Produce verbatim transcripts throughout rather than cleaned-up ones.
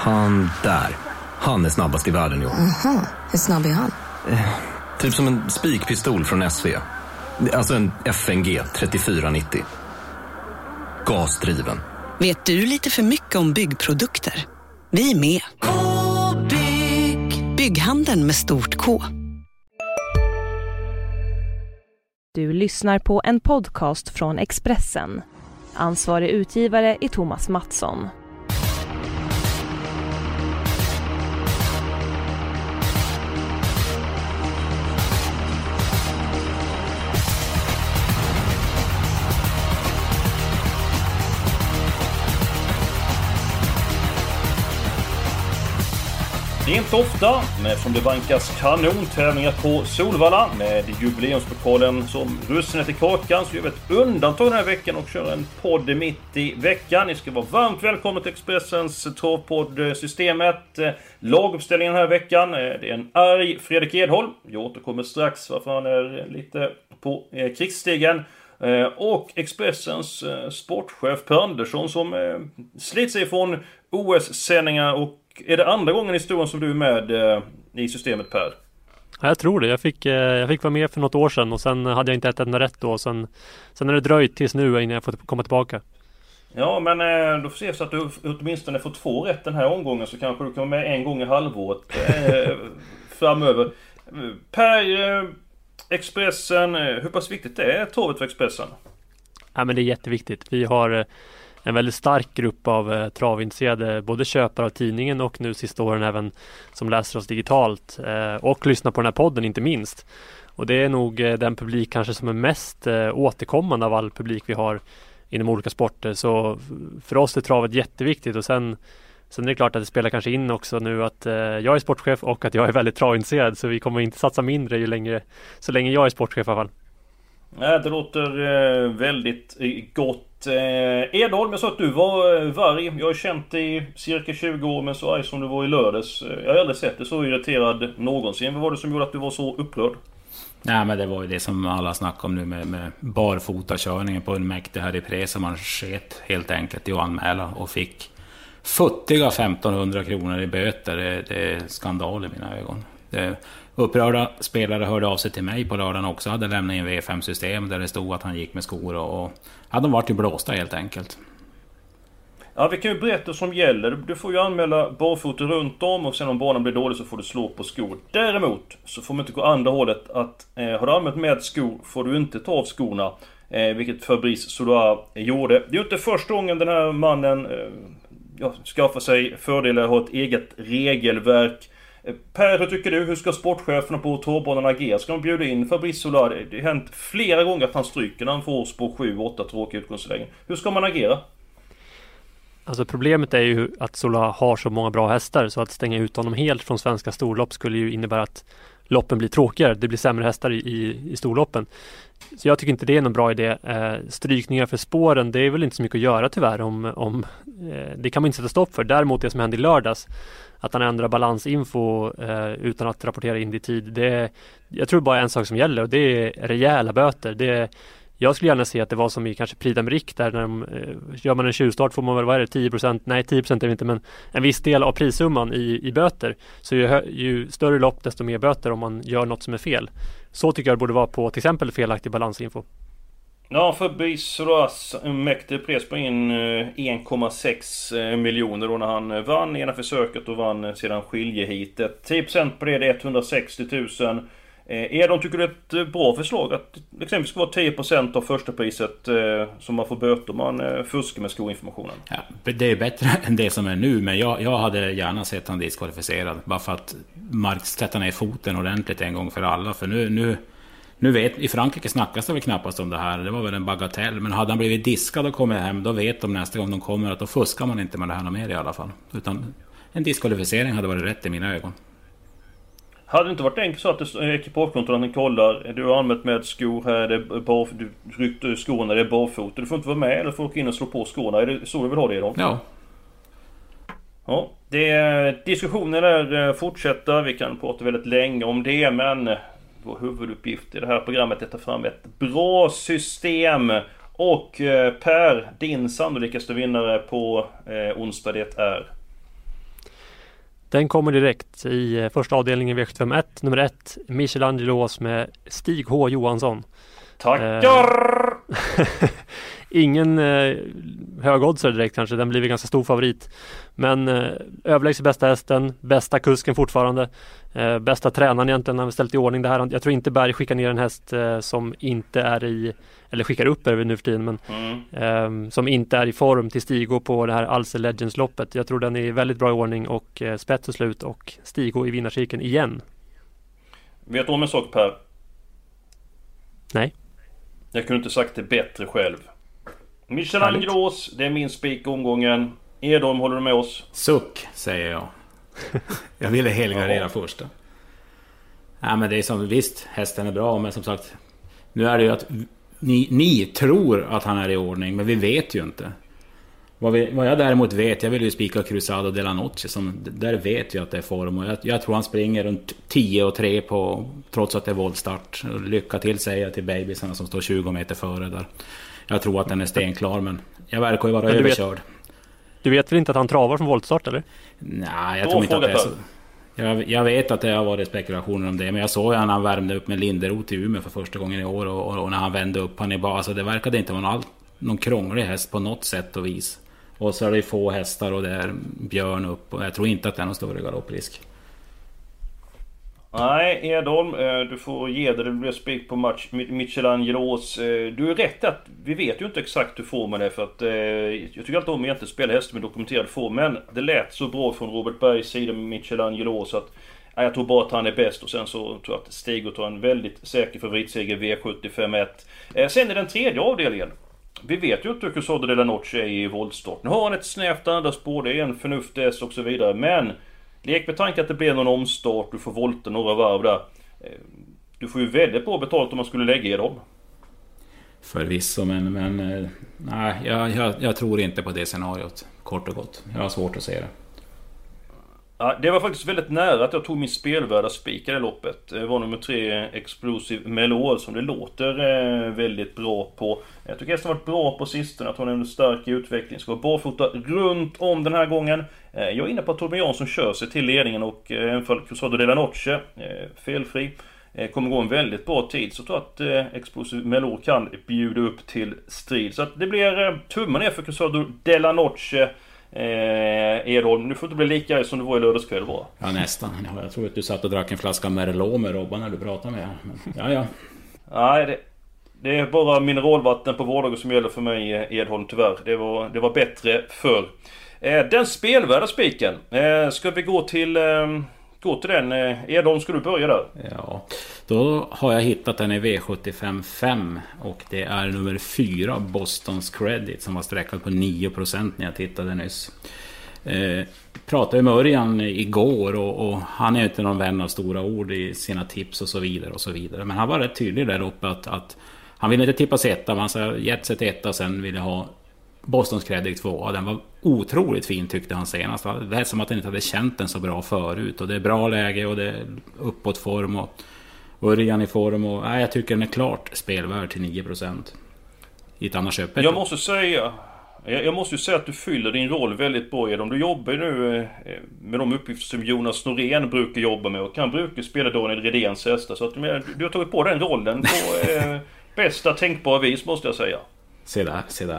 Han där. Han är snabbast i världen, jo. Aha, hur snabb är han? Eh, typ som en spikpistol från S V. Alltså en F N G trettiofyra nittio. Gasdriven. Vet du lite för mycket om byggprodukter? Vi är med. K-bygg. Bygghandeln med stort K. Du lyssnar på en podcast från Expressen. Ansvarig utgivare är Thomas Mattsson. Det är inte ofta, men eftersom det vankas kanontävlingar på Solvalla med jubileumspokalen som russinet i kakan, så gör vi ett undantag den här veckan och kör en podd mitt i veckan. Ni ska vara varmt välkomna till Expressens travpodd-systemet. Laguppställningen den här veckan, det är en arg Fredrik Edholm. Jag återkommer strax varför han är lite på krigsstigen. Och Expressens sportchef Per Andersson som sliter sig från O S-sändningar. Och är det andra gången i historien som du är med eh, i systemet, Per? Ja, jag tror det. Jag fick, eh, jag fick vara med för något år sedan och sen hade jag inte ett enda rätt då. Sen, sen är det dröjt tills nu innan jag får komma tillbaka. Ja, men eh, då får se så att du åtminstone får två rätt den här omgången, så kanske du kan vara med en gång i halvåret eh, framöver. Per, eh, Expressen, hur pass viktigt är torvet för Expressen? Ja, men det är jätteviktigt. Vi har eh, en väldigt stark grupp av eh, travintresserade, både köpare av tidningen och nu sista åren även som läser oss digitalt eh, och lyssnar på den här podden inte minst. Och det är nog eh, den publik kanske som är mest eh, återkommande av all publik vi har inom olika sporter. Så för oss är travet jätteviktigt, och sen, sen är det klart att det spelar kanske in också nu att eh, jag är sportchef och att jag är väldigt travintresserad, så vi kommer inte satsa mindre ju längre, så länge jag är sportchef i alla fall. Ja, det låter eh, väldigt gott. Eh, Edholm, jag sa att du var eh, varg. Jag har känt dig i cirka tjugo år, men så arg som du var i lördags. Jag har aldrig sett dig så irriterad någonsin. Vad var det som gjorde att du var så upprörd? Nej, men det var ju det som alla snackar om nu med, med barfotakörningen på en mäktig här i Pré, som man sket helt enkelt i att anmäla och fick futtiga femtonhundra kronor i böter. Det, det är skandal i mina ögon. Det, upprörda spelare hörde av sig till mig på lördagen också, hade lämnat in V fem-system där det stod att han gick med skor och, och hade de varit ju blåsta helt enkelt. Ja, vi kan ju berätta som gäller. Du får ju anmäla barfota runt om, och sen om banan blir dålig så får du slå på skor. Däremot så får man inte gå andra hållet, att eh, har du använt med skor får du inte ta av skorna, eh, vilket Fabrice Soudard gjorde. Det är ju inte första gången den här mannen eh, ja, skaffar sig fördelar och har ett eget regelverk. Per, hur tycker du? Hur ska sportcheferna på travbanan agera? Ska de bjuda in Fabrice Soudard? Det har hänt flera gånger att han stryker när han får spår sju åtta tråkiga utgångslägen. Hur ska man agera? Alltså problemet är ju att Soudard har så många bra hästar, så att stänga ut honom helt från svenska storlopp skulle ju innebära att loppen blir tråkigare. Det blir sämre hästar i, i, i storloppen. Så jag tycker inte det är någon bra idé. Eh, strykningar för spåren, det är väl inte så mycket att göra tyvärr. Om, om, eh, det kan man inte sätta stopp för. Däremot det som hände i lördags, att han ändrar balansinfo eh, utan att rapportera in det i tid. Det, jag tror bara en sak som gäller, och det är rejäla böter. Det, jag skulle gärna se att det var som i kanske Prix d'Amérique, där när de, eh, gör man en tjuvstart får man väl, vad är det, tio procent? Nej, tio procent är det inte, men en viss del av prissumman i, i böter. Så ju, hö, ju större lopp desto mer böter om man gör något som är fel. Så tycker jag det borde vara på till exempel felaktig balansinfo. Ja, Fabrice Soudards mäktig pris på in en komma sex miljoner då när han vann ena försöket och vann sedan skiljehitet. tio procent på det, det är etthundrasextio tusen. Är de tycker det är ett bra förslag att exempelvis ska vara tio procent av första priset eh, som man får böter om man eh, fuskar med skoinformationen? Ja, det är bättre än det som är nu, men jag, jag hade gärna sett han diskvalificerad bara för att Marx sätta ner foten ordentligt en gång för alla. För nu, nu, nu vet, i Frankrike snackas det väl knappast om det här, det var väl en bagatell, men hade han blivit diskad och kommit hem, då vet de nästa gång de kommer att då fuskar man inte med det här mer i alla fall, utan en diskvalificering hade varit rätt i mina ögon. Hade det inte varit enkelt så att ekipagekontrollen kollar, du har använt med skor här, det är bar, du ryckte skorna, det är barfota, du får inte vara med eller får åka in och slå på skorna, är det så du vill ha det då? Ja. Ja, det är, diskussionen där fortsätter, vi kan prata väldigt länge om det, men vår huvuduppgift i det här programmet är att ta fram ett bra system. Och Per, din sannolikaste vinnare på eh, onsdag det är? Den kommer direkt i första avdelningen V sjuttiofem ett, nummer ett, Michelangelos med Stig H. Johansson. Tackar! Eh, ingen eh, högoddsare direkt kanske, den blir en ganska stor favorit. Men eh, överlägset bästa hästen, bästa kusken fortfarande, eh, bästa tränaren egentligen har ställt i ordning det här. Jag tror inte Berg skickar ner en häst eh, som inte är i, eller skickar upp över nu för tiden, men mm. eh, som inte är i form till Stigo på det här Alce Legends-loppet. Jag tror den är väldigt bra i ordning och eh, spets och slut och Stigo i vinnarcirkeln igen. Vet du om en sak, Per? Nej. Jag kunde inte sagt det bättre själv. Michelangelos, det är min spik omgången. Edholm, håller du med oss? Suck, säger jag. Jag ville helgardera första. Ja, men det är som, visst, hästen är bra, men som sagt, nu är det ju att ni, ni tror att han är i ordning, men vi vet ju inte. Vad, vi, vad jag däremot vet, jag vill ju spika Cruzado de la Noche, som där vet jag att det är form, och jag, jag tror han springer runt tio och tre på, trots att det är våldstart. Lycka till, säger jag till babysarna som står tjugo meter före där. Jag tror att den är stenklar, men jag verkar ju vara du överkörd. Vet, du vet väl inte att han travar från våldstart, eller? Nej, jag tror inte att det är så. Jag, jag vet att det har varit spekulationer om det, men jag såg ju när han värmde upp med Linderoth i Umeå för första gången i år, och, och, och när han vände upp han i bas, alltså det verkade inte vara någon, någon krånglig häst på något sätt och vis. Och så är det få hästar och det är Björn upp, och jag tror inte att det är någon större galopprisk. Nej, Edholm, du får ge det. Det blir spik på match Michelangelos. Du är rätt att vi vet ju inte exakt hur formen är, för att jag tycker alltid om egentligen spela hästar med dokumenterad form, men det lät så bra från Robert Bergs sida med Michelangelos att ja, jag tror bara att han är bäst, och sen så tror jag att Stigo tar en väldigt säker favoritseger V sjuttiofem ett. Sen är den tredje avdelningen. Vi vet ju inte hur Cruzado de la Noche är i våldstart. Nu har han ett snävt andra spår, det är en förnuftig och så vidare, men lek med tanke att det blir någon omstart, du får volta några varv där. Du får ju väldigt bra betalt om man skulle lägga i dem. Förvisso, men, men nej, jag, jag, jag tror inte på det scenariot, kort och gott. Jag har svårt att se det. Ja, det var faktiskt väldigt nära att jag tog min spelvärda spik i det loppet. Det var nummer tre, Explosive Melor, som det låter eh, väldigt bra på. Jag tycker att det har varit bra på sistone, att hon är en stark utveckling. Ska vara barfota runt om den här gången. Eh, jag är inne på att Torbjörn Jansson kör sig till ledningen, och eh, även för Cruzado de la Noche, eh, felfri, eh, kommer gå en väldigt bra tid. Så jag tror att eh, Explosive Melor kan bjuda upp till strid. Så att det blir eh, tummen ner för Cruzado de la Noche. Eh, Edholm, nu får det bli lika som det var i lördagskväll bara. Ja, nästan. Jag tror att du satt och drack en flaska Merlot med Robban när du pratade med honom. Ja, ja. Nej, det, det är bara mineralvatten på vardagen som gäller för mig, Edholm, tyvärr. Det var, det var bättre förr. Eh, den spelvärda spiken. Eh, ska vi gå till... Eh, gå till den. Eh, Edholm, ska du börja där? Ja, då har jag hittat den i V sjuttiofem fem, och det är nummer fyra, Boston's Credit, som var sträckad på nio procent när jag tittade nyss. Eh, pratade med Örjan igår, och, och han är inte någon vän av stora ord i sina tips och så vidare och så vidare. Men han var rätt tydlig där uppe att, att han ville inte tippa sig etta, men han sa Jetset etta, sen ville ha Boston's Credit två. Den var otroligt fin, tyckte han senast. Det är som att han inte hade känt den så bra förut, och det är bra läge och det är uppåt form och Örjan i form, och nej, jag tycker den är klart spelvärd till nio procent i ett annat köpet. Jag måste säga Jag måste ju säga att du fyller din roll väldigt bra, Edholm. Du jobbar ju nu med de uppgifter som Jonas Norén brukar jobba med, och kan brukar spela Daniel Redéns hästar. Så att du, du har tagit på den rollen på eh, bästa tänkbara vis, måste jag säga. Se där, se där.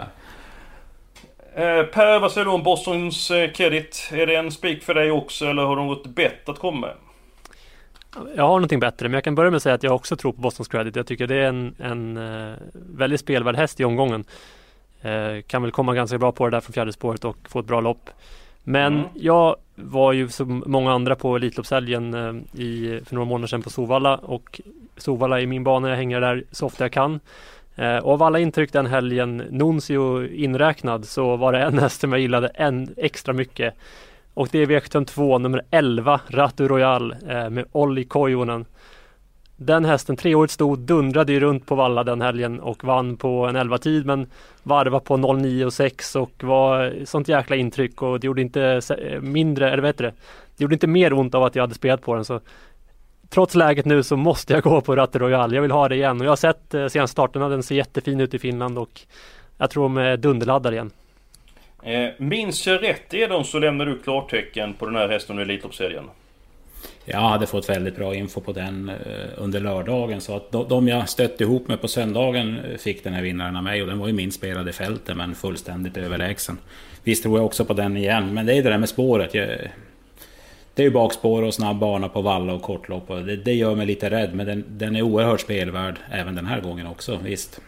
Eh, Per, vad säger du om Bostons Credit? Är det en spik för dig också, eller har de gått bättre att komma med? Jag har någonting bättre, men jag kan börja med att säga att jag också tror på Boston's Credit. Jag tycker det är en, en uh, väldigt spelvärd häst i omgången. Uh, kan väl komma ganska bra på det där från fjärde spåret och få ett bra lopp. Men mm. jag var ju som många andra på Elitloppshelgen uh, i, för några månader sedan på Sovalla. Och Sovalla är min bana, jag hänger där så ofta jag kan. Uh, och av alla intryck den helgen, Nuncio inräknad, så var det en häst som jag gillade en extra mycket. Och det är V sjuttiofem två, nummer elva, Ratu Royal eh, med Olli Koivunen. Den hästen, treårigt stod, dundrade ju runt på Valla den helgen och vann på en elva tid, men varva på noll nio och sex och var sånt jäkla intryck, och det gjorde inte mindre, eller vet du det, det gjorde inte mer ont av att jag hade spelat på den. Så trots läget nu så måste jag gå på Ratu Royal. Jag vill ha det igen, och jag har sett eh, sedan starten, den ser jättefin ut i Finland, och jag tror de är dunderladdar igen. Eh, minns jag rätt är de så lämnar du klartecken på den här hästen i Elitloppsserien? Jag hade fått väldigt bra info på den under lördagen, så att de jag stötte ihop med på söndagen fick den här vinnaren av mig, och den var ju min spelade fältet men fullständigt överlägsen. Visst tror jag också på den igen, men det är det där med spåret. Jag, det är ju bakspår och snabb bana på valla och kortlopp, och det, det gör mig lite rädd, men den, den är oerhört spelvärd även den här gången också, visst.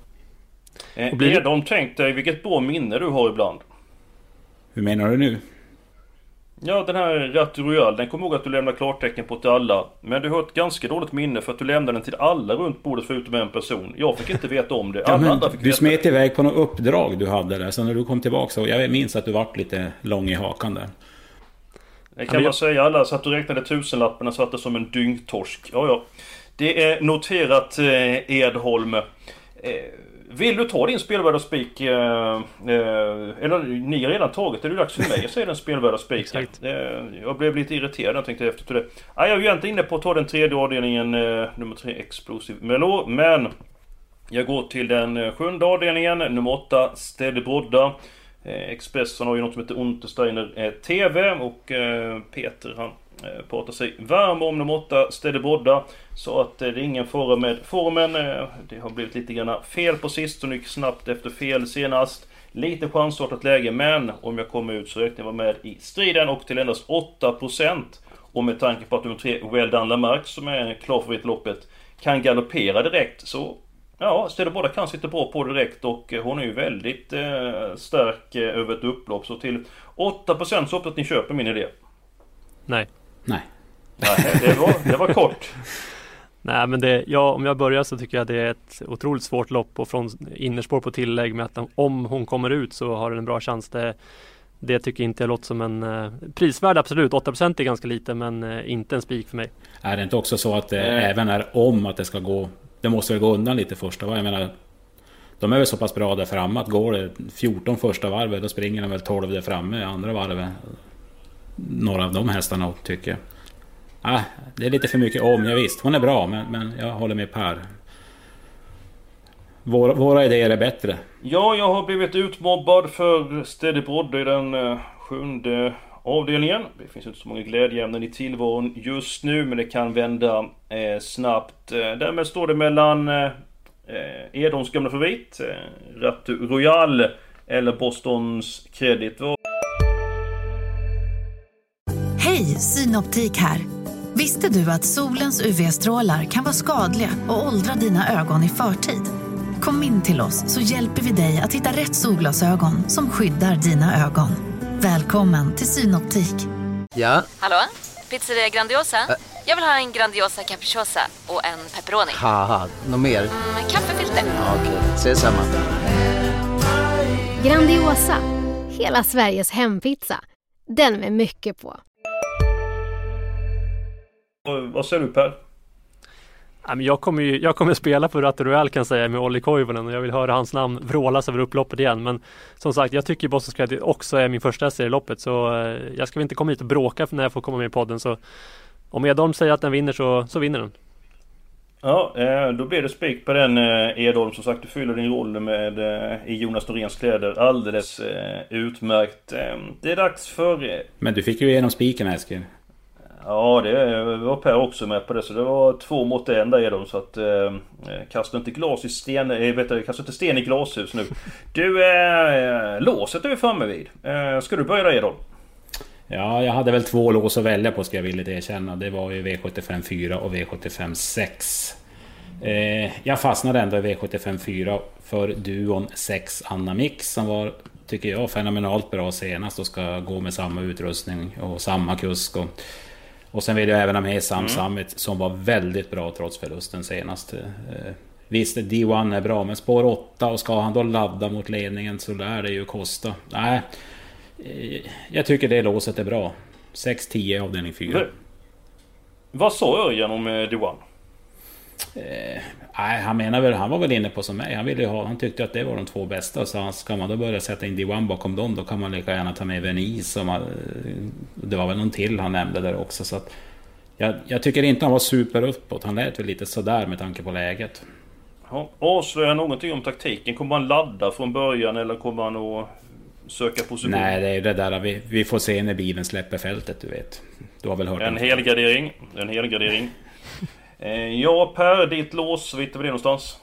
Eh, blir... Är de tänkt dig vilket bra minne du har ibland? Hur menar du nu? Ja, den här Ratu Royal, den kommer ihåg att du lämnar klartecken på till alla. Men du har ett ganska dåligt minne för att du lämnade den till alla runt bordet förutom en person. Jag fick inte veta om det. Alla ja, andra fick du veta. Smet iväg på något uppdrag du hade där, så när du kom tillbaka så jag minns att du var lite lång i hakan där. Det kan man säga. Alla satt och räknade tusenlapparna, satt det som en dyngtorsk. Ja, ja. Det är noterat, eh, Edholm. Eh, Vill du ta din spelvärda spik? Eh, eh, eller ni har redan tagit det. Är det dags för mig att säga den spelvärda spik? Eh, jag blev lite irriterad. Jag tänkte efter till det. Ah, jag är ju egentligen inne på att ta den tredje avdelningen. Eh, nummer tre, Explosive Melo. Men jag går till den eh, sjunde avdelningen. Nummer åtta, Steady Brodda. Eh, Expressen har ju något som heter Untersteiner eh, T V. Och eh, Peter han eh, pratar sig varm om nummer åtta, Steady Brodda. Så att eh, det är ingen fara med formen. Eh, det har blivit lite grann fel på sist och gick snabbt efter fel senast. Lite chansartat läge, men om jag kommer ut så räknar jag vara med i striden och till endast åtta procent. Och med tanke på att nummer tre, Well Done Lamarck, som är klar för loppet, kan galoppera direkt, så ja, Steady Brodda kan sitta bra på direkt, och hon är ju väldigt eh, stark eh, över ett upplopp. Så till åtta procent så hoppas att ni köper min idé. Nej. Nej. Nej, det var, det var kort. Nej, men det, ja, om jag börjar så tycker jag det är ett otroligt svårt lopp, och från innerspår på tillägg med att om hon kommer ut så har den en bra chans. Det, det tycker inte jag låter som en eh, prisvärd, absolut. åtta procent är ganska lite, men eh, inte en spik för mig. Är det inte också så att det mm. även är om att det ska gå, det måste väl gå undan lite första varv? Jag menar, de är väl så pass bra där framme att går det fjorton första varvet, då springer de väl tolv där framme andra varvet. Några av de hästarna tycker jag. Ah, det är lite för mycket om, jag visst. Hon är bra, men, men jag håller med Per. Våra, våra idéer är bättre. Ja, jag har blivit utmobbad för Steady Brodda i den uh, sjunde avdelningen. Det finns inte så många glädjeämnen i tillvaron just nu, men det kan vända eh, snabbt. Eh, därmed står det mellan eh, Edholms gamla favorit, eh, Ratu Royal eller Bostons Credit. Hej, Synoptik här. Visste du att solens U V-strålar kan vara skadliga och åldra dina ögon i förtid? Kom in till oss så hjälper vi dig att hitta rätt solglasögon som skyddar dina ögon. Välkommen till Synoptik. Ja? Hallå? Pizzeria Grandiosa? Ä- Jag vill ha en Grandiosa capriciosa och en pepperoni. Haha, något mer? Mm, kaffefilter. Ja, okej, okay. Ses samma. Grandiosa, hela Sveriges hempizza. Den med mycket på. Vad säger du, Per? Jag kommer, ju, jag kommer spela på Ratu Royal, kan säga, med Olli Koivunen, och jag vill höra hans namn vrålas över upploppet igen. Men som sagt, jag tycker Boston Credit också är min första häst i loppet, så jag ska inte komma hit och bråka när jag får komma med i podden. Så om Edholm säger att den vinner så, så vinner den. Ja, då blir det spik på den, Edholm. Som sagt, du fyller din roll med i Jonas Noréns kläder alldeles utmärkt. Det är dags för... Men du fick ju igenom spiken, Eskil. Ja, det var Per också med på det, så det var två mot en där, Edholm. Så att eh, kasta inte glas i sten, eh, vet du, kasta inte sten i glashus nu. Du, eh, låset är vi framme vid. Eh, ska du börja där, Edholm? Ja, jag hade väl två lås att välja på, ska jag vilja erkänna. Det var ju V sjuttiofem fyra och V sjuttiofem sex. Eh, jag fastnade ändå i V sjuttiofem fyra för duon sex Anna Mix, som var, tycker jag, fenomenalt bra senast och ska gå med samma utrustning och samma kusk. Och, och sen vill jag även ha med Sam mm. Summit, som var väldigt bra trots förlusten senast. Eh, visst, D ett är bra, men spår åtta, och ska han då ladda mot ledningen så lär det ju kosta. Nej, eh, jag tycker det låset är bra. sex tio avdelning fyra. Vad sa Örjan om D ett? Eh, nej, han menar väl, han var väl inne på som mig. Han ville ha, han tyckte att det var de två bästa, så han, ska man då börja sätta in D ett bakom dem, då kan man lika gärna ta med Venice, som man, det var väl någon till han nämnde där också, så att jag, jag tycker inte han var super uppåt. Han lät väl lite sådär med tanke på läget. Ja, avslöjar någonting om taktiken? Kommer han ladda från början, eller kommer han att söka position? Nej, det är det där vi, vi får se när bilen släpper fältet, du vet. Du har väl hört en helgardering. En helgardering. eh, ja, Per, ditt lås, vad hittar vi det någonstans?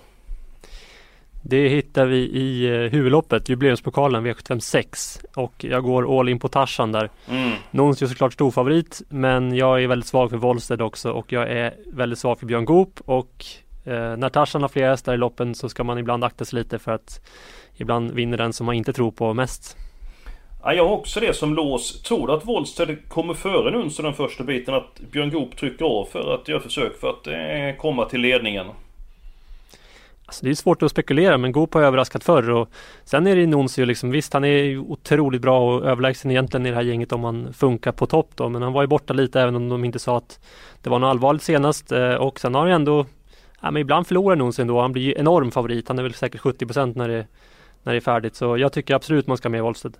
Det hittar vi i uh, huvudloppet, jubileumspokalen V sjuttiofem sex. Och jag går all in på Tarzan där. Mm. Nons är såklart stor favorit, men jag är väldigt svag för Wollsted också. Och jag är väldigt svag för Björn Goop. Och uh, när Tarzan har flera hästar i loppen så ska man ibland akta sig lite, för att ibland vinner den som man inte tror på mest. Ja, jag har också det som lås. Tror du att Wollsted kommer före nu så den första biten, att Björn Goop trycker av för att göra försök för att eh, komma till ledningen? Alltså det är svårt att spekulera, men Goop har överraskat förr. Och sen är det Nonsio liksom, visst han är otroligt bra och överlägsen egentligen i det här gänget om man funkar på topp då. Men han var ju borta lite, även om de inte sa att det var något allvarligt senast. Och sen har han ändå, ja, men ibland förlorar Nonsio ändå. Han blir ju enorm favorit, han är väl säkert sjuttio procent när det, när det är färdigt. Så jag tycker absolut man ska med Wollsted.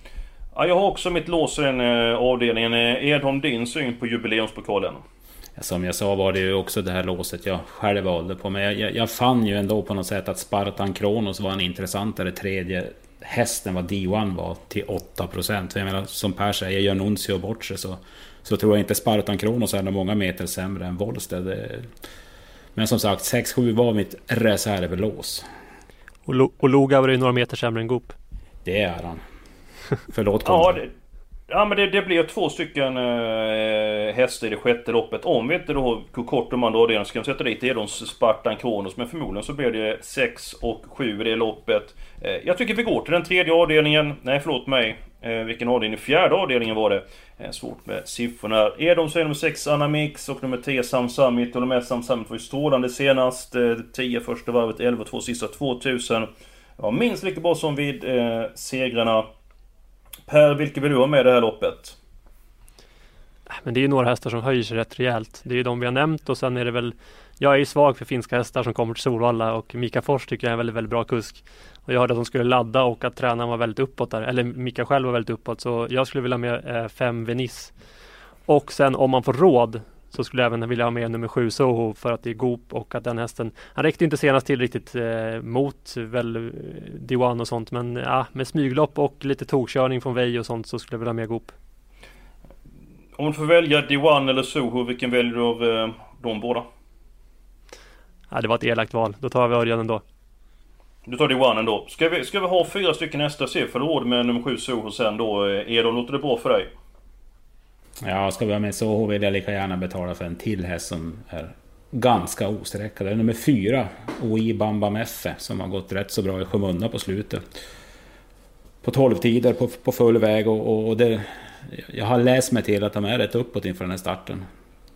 Ja, jag har också mitt lås i den eh, avdelningen. Edholm, din syn på jubileumspokalen? Som jag sa var det ju också det här låset jag själv valde på. Men jag, jag, jag fann ju ändå på något sätt att Spartan Kronos var en intressantare tredje hästen vad D ett var till åtta procent. För jag menar, som Per säger, gör Nuncio bort sig så, så tror jag inte Spartan Kronos är många meter sämre än Wollsted. Men som sagt, sex sju var mitt reservlås. Och, Lo- och Loga var ju några meter sämre än Goop. Det är han. Förlåt. Ja, det, ja, men det, det blir två stycken eh, hästar i det sjätte loppet. Om vi inte då går kort om andra avdelningen, ska vi sätta dit Edholms Spartan Kronos. Men förmodligen så blir det sex och sju i det loppet. Eh, jag tycker vi går till den tredje avdelningen. Nej, förlåt mig. Eh, vilken avdelning? Fjärde avdelningen var det. Eh, svårt med siffrorna. Edholm så är nummer sex Anamix och nummer tre Sam Summit. Och nummer ett Sam Summit var ju strålande senast. Eh, tio första varvet, elva och två sista tvåtusen. Ja, minst lika bra som vid eh, segrarna. Per, vilka vill du ha med i det här loppet? Men det är ju några hästar som höjer sig rätt rejält. Det är ju de vi har nämnt, och sen är det väl, jag är ju svag för finska hästar som kommer till Solvalla, och Mika Fors tycker jag är en väldigt, väldigt bra kusk. Och jag hörde att de skulle ladda och att tränaren var väldigt uppåt där, eller Mika själv var väldigt uppåt, så jag skulle vilja ha med eh, fem Venice. Och sen om man får råd så skulle jag även vilja ha med nummer sju Soho, för att det är Goop och att den hästen, han räckte inte senast till riktigt eh, mot väl D ett och sånt, men ja, med smyglopp och lite tokkörning från Vej och sånt så skulle jag vilja ha med Goop. Om du får välja D ett eller Soho, vilken väljer du av eh, de båda? Ja, det var ett elakt val, då tar vi Örjan ändå. Du tar D ett ändå. Ska vi, ska vi ha fyra stycken hästar, se för råd med nummer sju Soho sen då? Är de, låter det bra för dig? Ja, ska vi ha med så vill jag lika gärna betala för en till häst som är ganska osträckad. Det är nummer fyra, Oi Bamba Meffe, som har gått rätt så bra i skymundan på slutet. På tolv tider på, på full väg, och, och det, jag har läst mig till att de är rätt uppåt inför den här starten.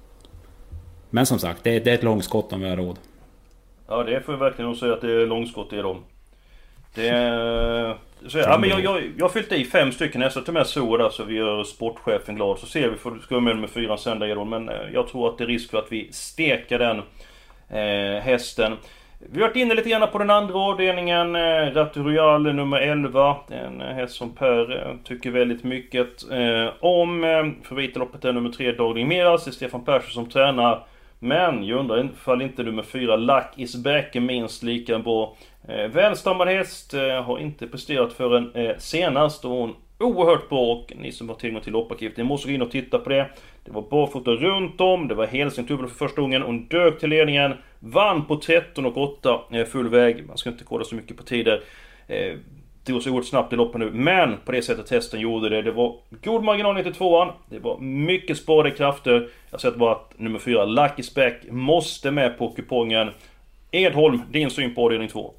Men som sagt, det är, det är ett långskott om vi har råd. Ja, det får jag verkligen säga att det är långskott i dem. Det är... Så, ja, men jag, jag, jag har fyllt i fem stycken hästar till med så där, så vi gör sportchefen glad. Så ser vi, för ska vi med med fyra sen där, men jag tror att det är risk för att vi steker den eh, hästen. Vi har varit inne lite grann på den andra avdelningen, eh, Rattu Royal nummer elva. En eh, häst som Per eh, tycker väldigt mycket eh, om. Eh, för Vitaloppet är nummer tre Dagling Meras, det är Stefan Persson som tränar. Men jag undrar ifall inte nummer fyra Luck is back är minst lika bra. Eh, välstammad häst, eh, har inte presterat förrän eh, senast, och hon oerhört bra, och ni som har tillgång till lopparkivet, ni måste gå in och titta på det. Det var barfota runt om, det var Helsingtubbel för första gången, hon dök till ledningen, vann på tretton och åtta eh, full väg. Man ska inte kolla så mycket på tider. Eh, det går så oerhört snabbt i loppen nu, men på det sättet testen gjorde det. Det var god marginal nittiotvåan, det var mycket sparade krafter. Jag sett bara att nummer fyra Lucky Speck måste med på kupongen. Edholm, din syn på avdelning två?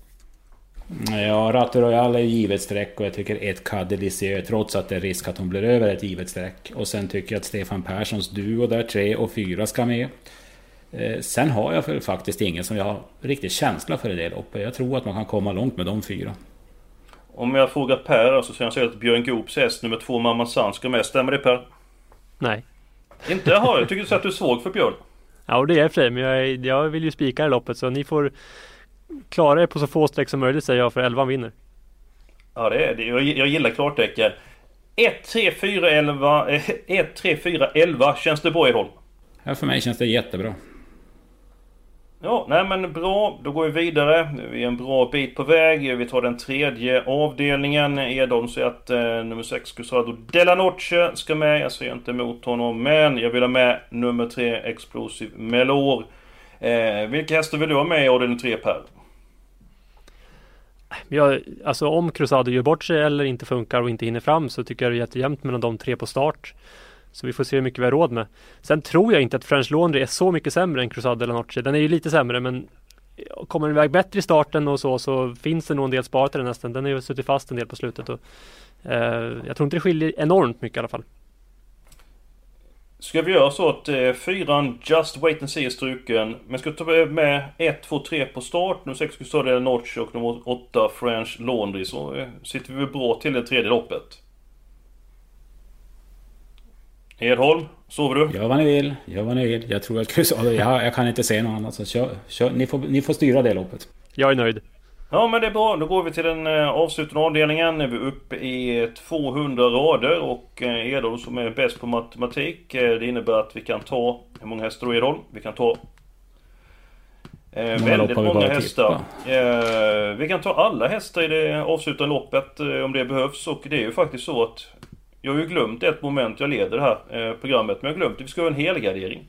Ja, Rattu Royal är givet streck, och jag tycker ett Cadelicieux, trots att det är risk att hon blir över ett givet streck. Och sen tycker jag att Stefan Perssons duo där, tre och fyra ska med. Eh, sen har jag för faktiskt ingen som jag har riktigt känsla för i det loppet. Jag tror att man kan komma långt med de fyra. Om jag frågar Per så säger jag att Björn Goops häst nummer två Mamma San ska med. Stämmer det, Per? Nej. Inte har jag. Tycker du att du är svag för Björn? Ja, och det är för dig, men jag, jag vill ju spika i loppet, så ni får klara er på så få streck som möjligt, säger jag, för elva vinner. Ja, det är det. Jag, jag gillar klartecken. ett, tre, fyra, elva ett, tre, fyra, elva. Känns det bra, Edholm? Ja, för mig känns det jättebra. Ja, nej men bra. Då går vi vidare. Vi är en bra bit på väg. Vi tar den tredje avdelningen. Edholm säger att eh, nummer sex Cruzado Della Noche ska med. Jag säger inte emot honom, men jag vill ha med nummer tre Explosive Melor. Eh, vilka hästar vill du ha med i avdelning tre, Per? Jag, alltså om Cruzado gör bort sig eller inte funkar och inte hinner fram, så tycker jag det är jättejämnt mellan de tre på start. Så vi får se hur mycket vi har råd med. Sen tror jag inte att French Laundry är så mycket sämre än Cruzado Della Noche. Den är ju lite sämre, men kommer den iväg bättre i starten och så, så finns det nog en del spar till den nästan. Den är ju suttit fast en del på slutet. Och, eh, jag tror inte det skiljer enormt mycket i alla fall. Ska vi göra så att eh, fyran Just Wait and See är struken, men ska ta med ett, två, tre på start, nummer sex Cruzado Della Noche och nummer åtta French Laundry, så eh, sitter vi bra till det tredje loppet. Edholm, sover du? Gör vad ni vill, gör vad ni vill. Jag tror att Cruzado, jag, jag kan inte se något annat, så kör, kör, ni, får, ni får styra det loppet. Jag är nöjd. Ja, men det är bra. Då går vi till den eh, avslutande avdelningen. Nu är vi uppe i tvåhundra rader och eh, Edholm som är bäst på matematik. Eh, det innebär att vi kan ta, hur många hästar då, Edholm? Vi kan ta eh, väldigt många hästar. Eh, vi kan ta alla hästar i det avslutande loppet eh, om det behövs. Och det är ju faktiskt så att jag har ju glömt ett moment, jag leder det här eh, programmet, men jag har glömt att vi ska ha en helgardering.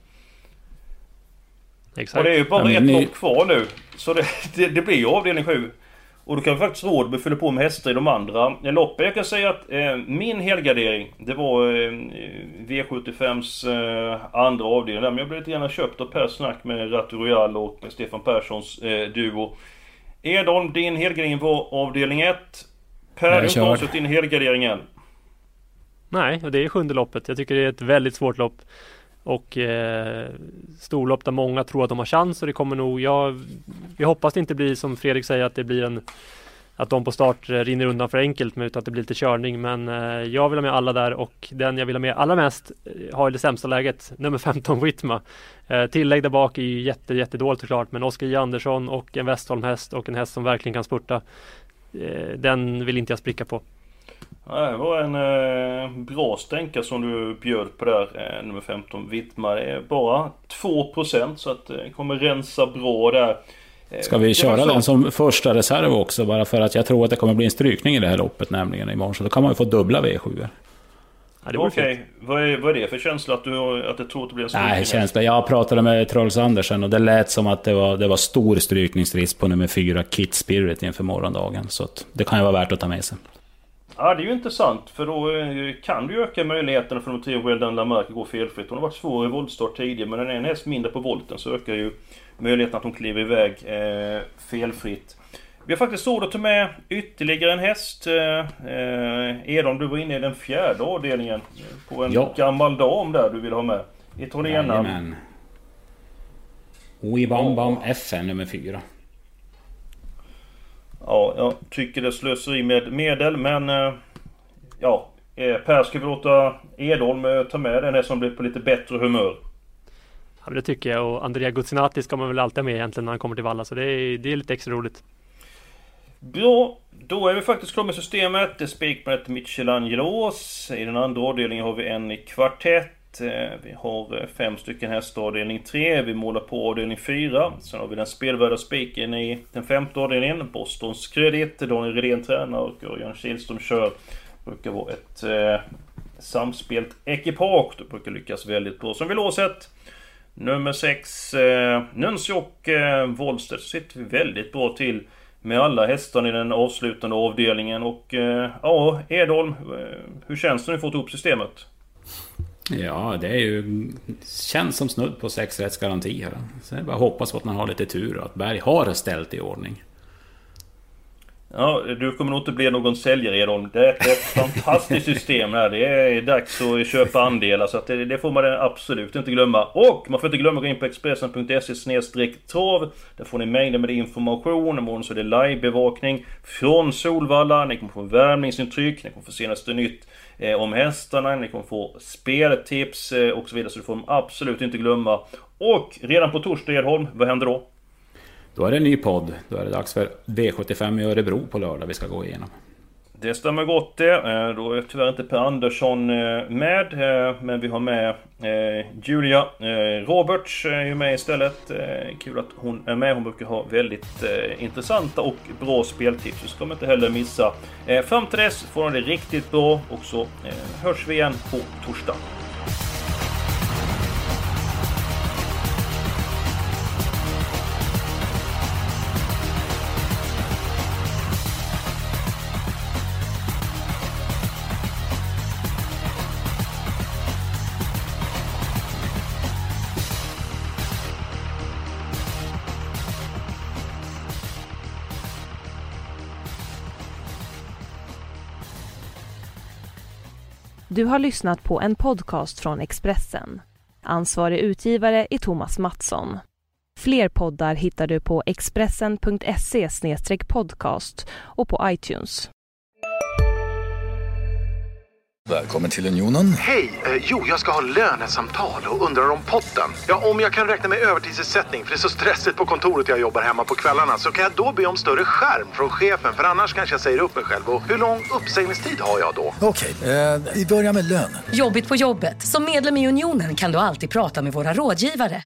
Exakt. Och det är ju bara ja, ett ni... lopp kvar nu. Så det, det, det blir ju avdelning sju. Och då kan vi faktiskt råd med att fylla på med hästar i de andra loppen. Jag kan säga att eh, min helgardering, det var eh, V sjuttiofems eh, andra avdelning. Men jag blev lite gärna köpt av Per Snack med Rattu Royal och med Stefan Perssons eh, duo. Edholm, din helgardering var avdelning ett. Per, du har avslutat din helgardering än. Nej, och det är sjunde loppet. Jag tycker det är ett väldigt svårt lopp. Och eh, storlopp där många tror att de har chans, och det kommer nog, jag, vi hoppas det inte blir som Fredrik säger, att det blir en, att de på start eh, rinner undan för enkelt, med utan att det blir lite körning. Men eh, jag vill ha med alla där, och den jag vill ha med allra mest eh, har det sämsta läget, nummer femton Whitma. Eh, tillägg där bak är ju jätte, jättedåligt såklart, men Oskar J. Andersson och en Westholm-häst och en häst som verkligen kan spurta, eh, den vill inte jag spricka på. Det var en eh, bra stänka som du bjöd på där, eh, nummer femton Whitma. Det är bara två procent, så att det eh, kommer rensa bra där. Eh, Ska vi köra den som första reserv också, bara för att jag tror att det kommer bli en strykning i det här loppet nämligen imorgon, så då kan man ju få dubbla V sju. Ja, Okej, okay. vad, är, vad är det för känsla att du, att du tror att det blir en strykning? Nej, känsla. Jag pratade med Trolls Andersen och det lät som att det var, det var stor strykningsrisk på nummer fyra Kit Spirit inför morgondagen, så att det kan ju vara värt att ta med sig. Ja, det är ju intressant, för då kan du öka möjligheterna för de tre Well Done Lamarck att gå felfritt. Hon har varit svår i voltstart tidigare, men när det är en häst mindre på volten så ökar ju möjligheten att hon kliver iväg eh, felfritt. Vi har faktiskt råd att ta med ytterligare en häst. Eh, Edholm, du var inne i den fjärde avdelningen på en ja. gammal dam där du vill ha med. Italienaren. Oibambam F N nummer fyra. Ja, jag tycker det slöseri med medel, men ja, Per, ska vi låta Edholm ta med den här som blir på lite bättre humör? Ja, det tycker jag, och Andrea Guzzinati ska man väl alltid med egentligen när han kommer till Valla, så det är, det är lite extra roligt. Bra, då är vi faktiskt klara med systemet. Det är spik med ett Michelangelos. I den andra avdelningen har vi en i kvartett. Vi har fem stycken hästar avdelning tre. Vi målar på avdelning fyra. Sen har vi den spelvärda spiken i den femte avdelningen. Bostons Credit. Daniel Redén tränar och Örjan Kihlström kör. Det brukar vara ett eh, samspelt ekipage. Det brukar lyckas väldigt bra. Som vi låset nummer sex eh, Nunsiok eh, Wollstedt. Så sitter vi väldigt bra till med alla hästarna i den avslutande avdelningen. Och eh, ja, Edholm, eh, hur känns det när vi fått ihop systemet? Ja, det är ju, känns som snudd på sex rätts garanti här. Så jag bara hoppas på att man har lite tur och att Berg har ställt i ordning. Ja, du kommer nog inte bli någon säljare i dem. Det är ett fantastiskt system här. Det är dags att köpa andelar, så att det, det får man absolut inte glömma. Och man får inte glömma att gå in på expressen punkt se snedstreck trav. Där får ni mängder med information. Imorgon så är det livebevakning från Solvalla. Ni kommer få värmningsintryck. Ni kommer få senaste nytt eh, om hästarna. Ni kommer få speltips eh, och så vidare. Så det får man absolut inte glömma. Och redan på torsdag, Edholm, vad händer då? Då är det en ny podd. Då är det dags för V sjuttiofem i Örebro på lördag vi ska gå igenom. Det stämmer gott det. Då är tyvärr inte Per Andersson med. Men vi har med Julia Roberts är ju med istället. Kul att hon är med. Hon brukar ha väldigt intressanta och bra speltips. Så ska man inte heller missa. Fram till dess får hon det riktigt bra. Och så hörs vi igen på torsdag. Du har lyssnat på en podcast från Expressen. Ansvarig utgivare är Thomas Mattsson. Fler poddar hittar du på expressen punkt se slash podcast och på iTunes. Välkommen till Unionen. Hej, eh, jo jag ska ha lönesamtal och undrar om potten. Ja, om jag kan räkna med övertidsersättning för det är så stressigt på kontoret jag jobbar hemma på kvällarna, så kan jag då be om större skärm från chefen, för annars kanske jag säger upp mig själv. Och hur lång uppsägningstid har jag då? Okej, eh, vi börjar med lön. Jobbigt på jobbet. Som medlem i Unionen kan du alltid prata med våra rådgivare.